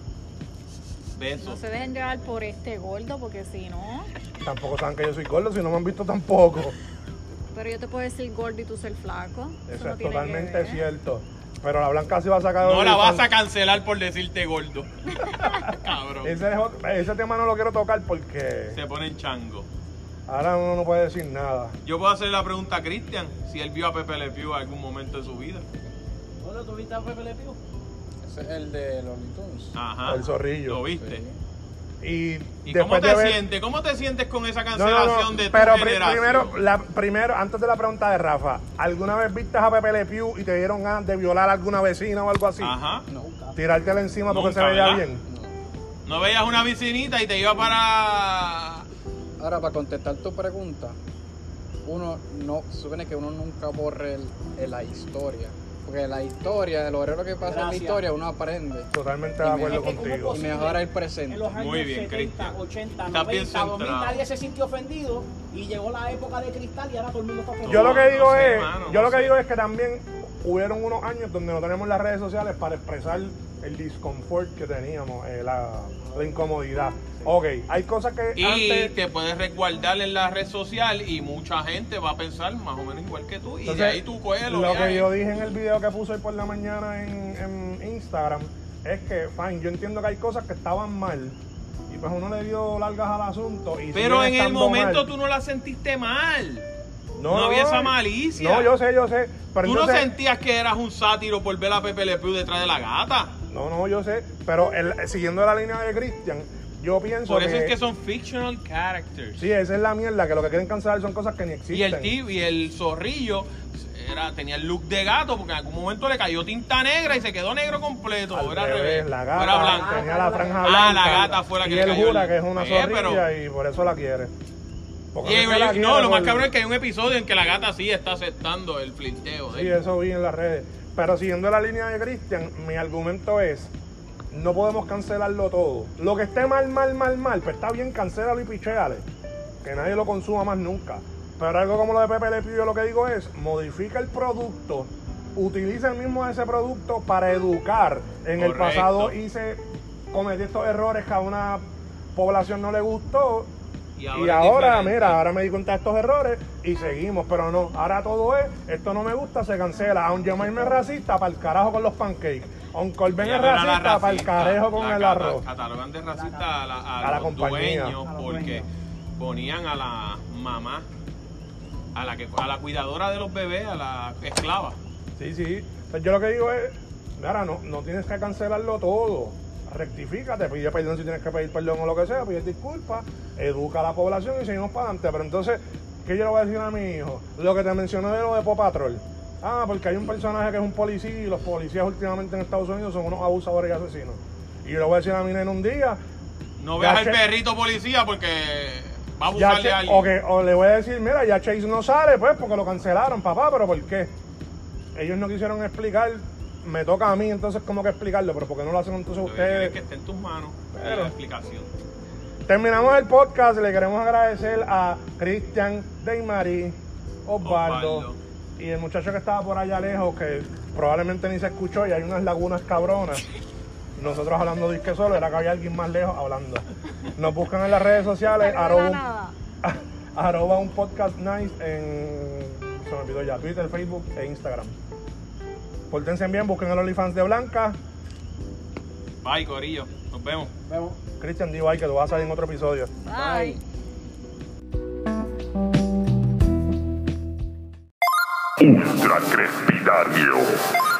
No Besos. se dejen llevar por este gordo, porque si no. Tampoco saben que yo soy gordo, si no me han visto tampoco. Pero yo te puedo decir gordo y tú ser flaco. Eso Eso no es tiene que totalmente ver. cierto. Pero la Blanca sí va a sacar No la OnlyFans. vas a cancelar por decirte gordo. Cabrón. Ese, es otro- ese tema no lo quiero tocar porque Se ponen chango. ahora uno no puede decir nada. Yo puedo hacer la pregunta a Cristian si él vio a Pepe Le Pew en algún momento de su vida. ¿Dónde tuviste a Pepe Le Pew? Ese es el de los Looney Tunes. Ajá. El zorrillo. ¿Lo viste? Y, ¿Y después cómo te de ver- sientes? ¿Cómo te sientes con esa No, cancelación no, no, de tu pero pri- generación? primero, la, primero, antes de la pregunta de Rafa, ¿alguna vez viste a Pepe Le Pew y te dieron ganas de violar a alguna vecina o algo así? Ajá. No. Tirártela encima porque Nunca, se veía ¿verdad? bien. No. ¿No veías una vecinita y te iba para...? Ahora, para contestar tu pregunta, uno no, supone que uno nunca borre el- el- la historia. Porque la historia, lo lo que pasa en la Gracias. historia, uno aprende Totalmente de Y acuerdo Es que ¿cómo es contigo. y posible? mejora el presente. En los años Muy bien, setenta, Cristian. ochenta, Estás bien noventa, dos mil, centrado. nadie se sintió ofendido y llegó la época de cristal y ahora todo el mundo está ofendido. Yo lo que No, digo no sé, es, mano, yo no lo que sé. digo es que también hubieron unos años donde no tenemos las redes sociales para expresar el discomfort que teníamos, eh, la, la incomodidad. Ok, hay cosas que Y antes... te puedes resguardar en la red social y mucha gente va a pensar más o menos igual que tú. Y Entonces, de ahí tú coges lo que yo dije en el video que puse hoy por la mañana en, en Instagram es que, fine, yo entiendo que hay cosas que estaban mal y pues uno le dio largas al asunto. Y Pero siguen en el estando momento mal. tú no la sentiste mal. No había esa malicia. No, yo sé, yo sé. Pero Tú no entonces- sentías que eras un sátiro por ver a Pepe Le Pew detrás de la gata. No, no, yo sé. Pero el- siguiendo la línea de Christian, yo pienso Por eso que... es que son fictional characters. Sí, esa es la mierda, que lo que quieren cancelar son cosas que ni existen. Y el tío y el zorrillo era, tenía el look de gato porque en algún momento le cayó tinta negra y se quedó negro completo. Al era al revés, revés. la O gata era blanco. tenía la franja Ah, blanca. la gata fue la que y le él cayó jura el- que es una Eh, zorrilla pero- y por eso la quiere. Porque Y, no es que la y- quiere no, lo más por- cabrón es que hay un episodio en que la gata sí está aceptando el flirteo de Sí, él. eso vi en las redes. Pero siguiendo la línea de Christian, mi argumento es, no podemos cancelarlo todo. Lo que esté mal, mal, mal, mal, pues está bien, cancélalo y picheale. Que nadie lo consuma más nunca. Pero algo como lo de Pepe Le Pew, yo lo que digo es, modifica el producto, utiliza el mismo ese producto para educar. En el Correcto. pasado hice, cometí estos errores que a una población no le gustó. Y Y ahora, ahora, es diferente. mira, ahora me di cuenta de estos errores y seguimos, pero no, ahora todo es, esto no me gusta, se cancela. Aun llamarme racista, para el carajo con los pancakes. Aun Colben Ella es no era la racista, para el racista, carajo con la el cata- arroz. Catalogan de racista a, la, a A la los compañía. dueños A los porque dueños. ponían a la mamá, a la que a la cuidadora de los bebés, a la esclava. Sí, sí. Pues yo lo que digo es, mira, no, no tienes que cancelarlo todo. Rectifícate, pide perdón si tienes que pedir perdón o lo que sea, pide disculpas, educa a la población y seguimos para adelante. Pero entonces, ¿qué yo le voy a decir a mi hijo? Lo que te mencioné de lo de Paw Patrol. Ah, porque hay un personaje que es un policía y los policías últimamente en Estados Unidos son unos abusadores y asesinos. Y yo le voy a decir a mi nene un día, No Ya veas al che- perrito policía porque va a ya abusar de Che- alguien. o, que- o le voy a decir, mira, ya Chase no sale, pues, porque lo cancelaron, papá, pero ¿por qué? Ellos no quisieron explicar, me toca a mí entonces como que explicarlo, pero ¿por qué no lo hacen entonces Lo que quiere es ustedes? que esté en tus manos Pero- la explicación. Terminamos el podcast, le queremos agradecer a Cristian, Deimari, Osvaldo, Osvaldo. y el muchacho que estaba por allá lejos, que probablemente ni se escuchó y hay unas lagunas cabronas. Nosotros hablando disque solo, era que había alguien más lejos hablando. Nos buscan en las redes sociales, No arroba, nada. un- arroba un podcast nice en, se me olvidó ya, Twitter, Facebook e Instagram. Pórtense bien, busquen el OnlyFans de Blanca. Bye, corillo. Nos vemos. Vemos. Cristian, di bye, que tú vas a salir en otro episodio. Bye. Ultra Crepidario.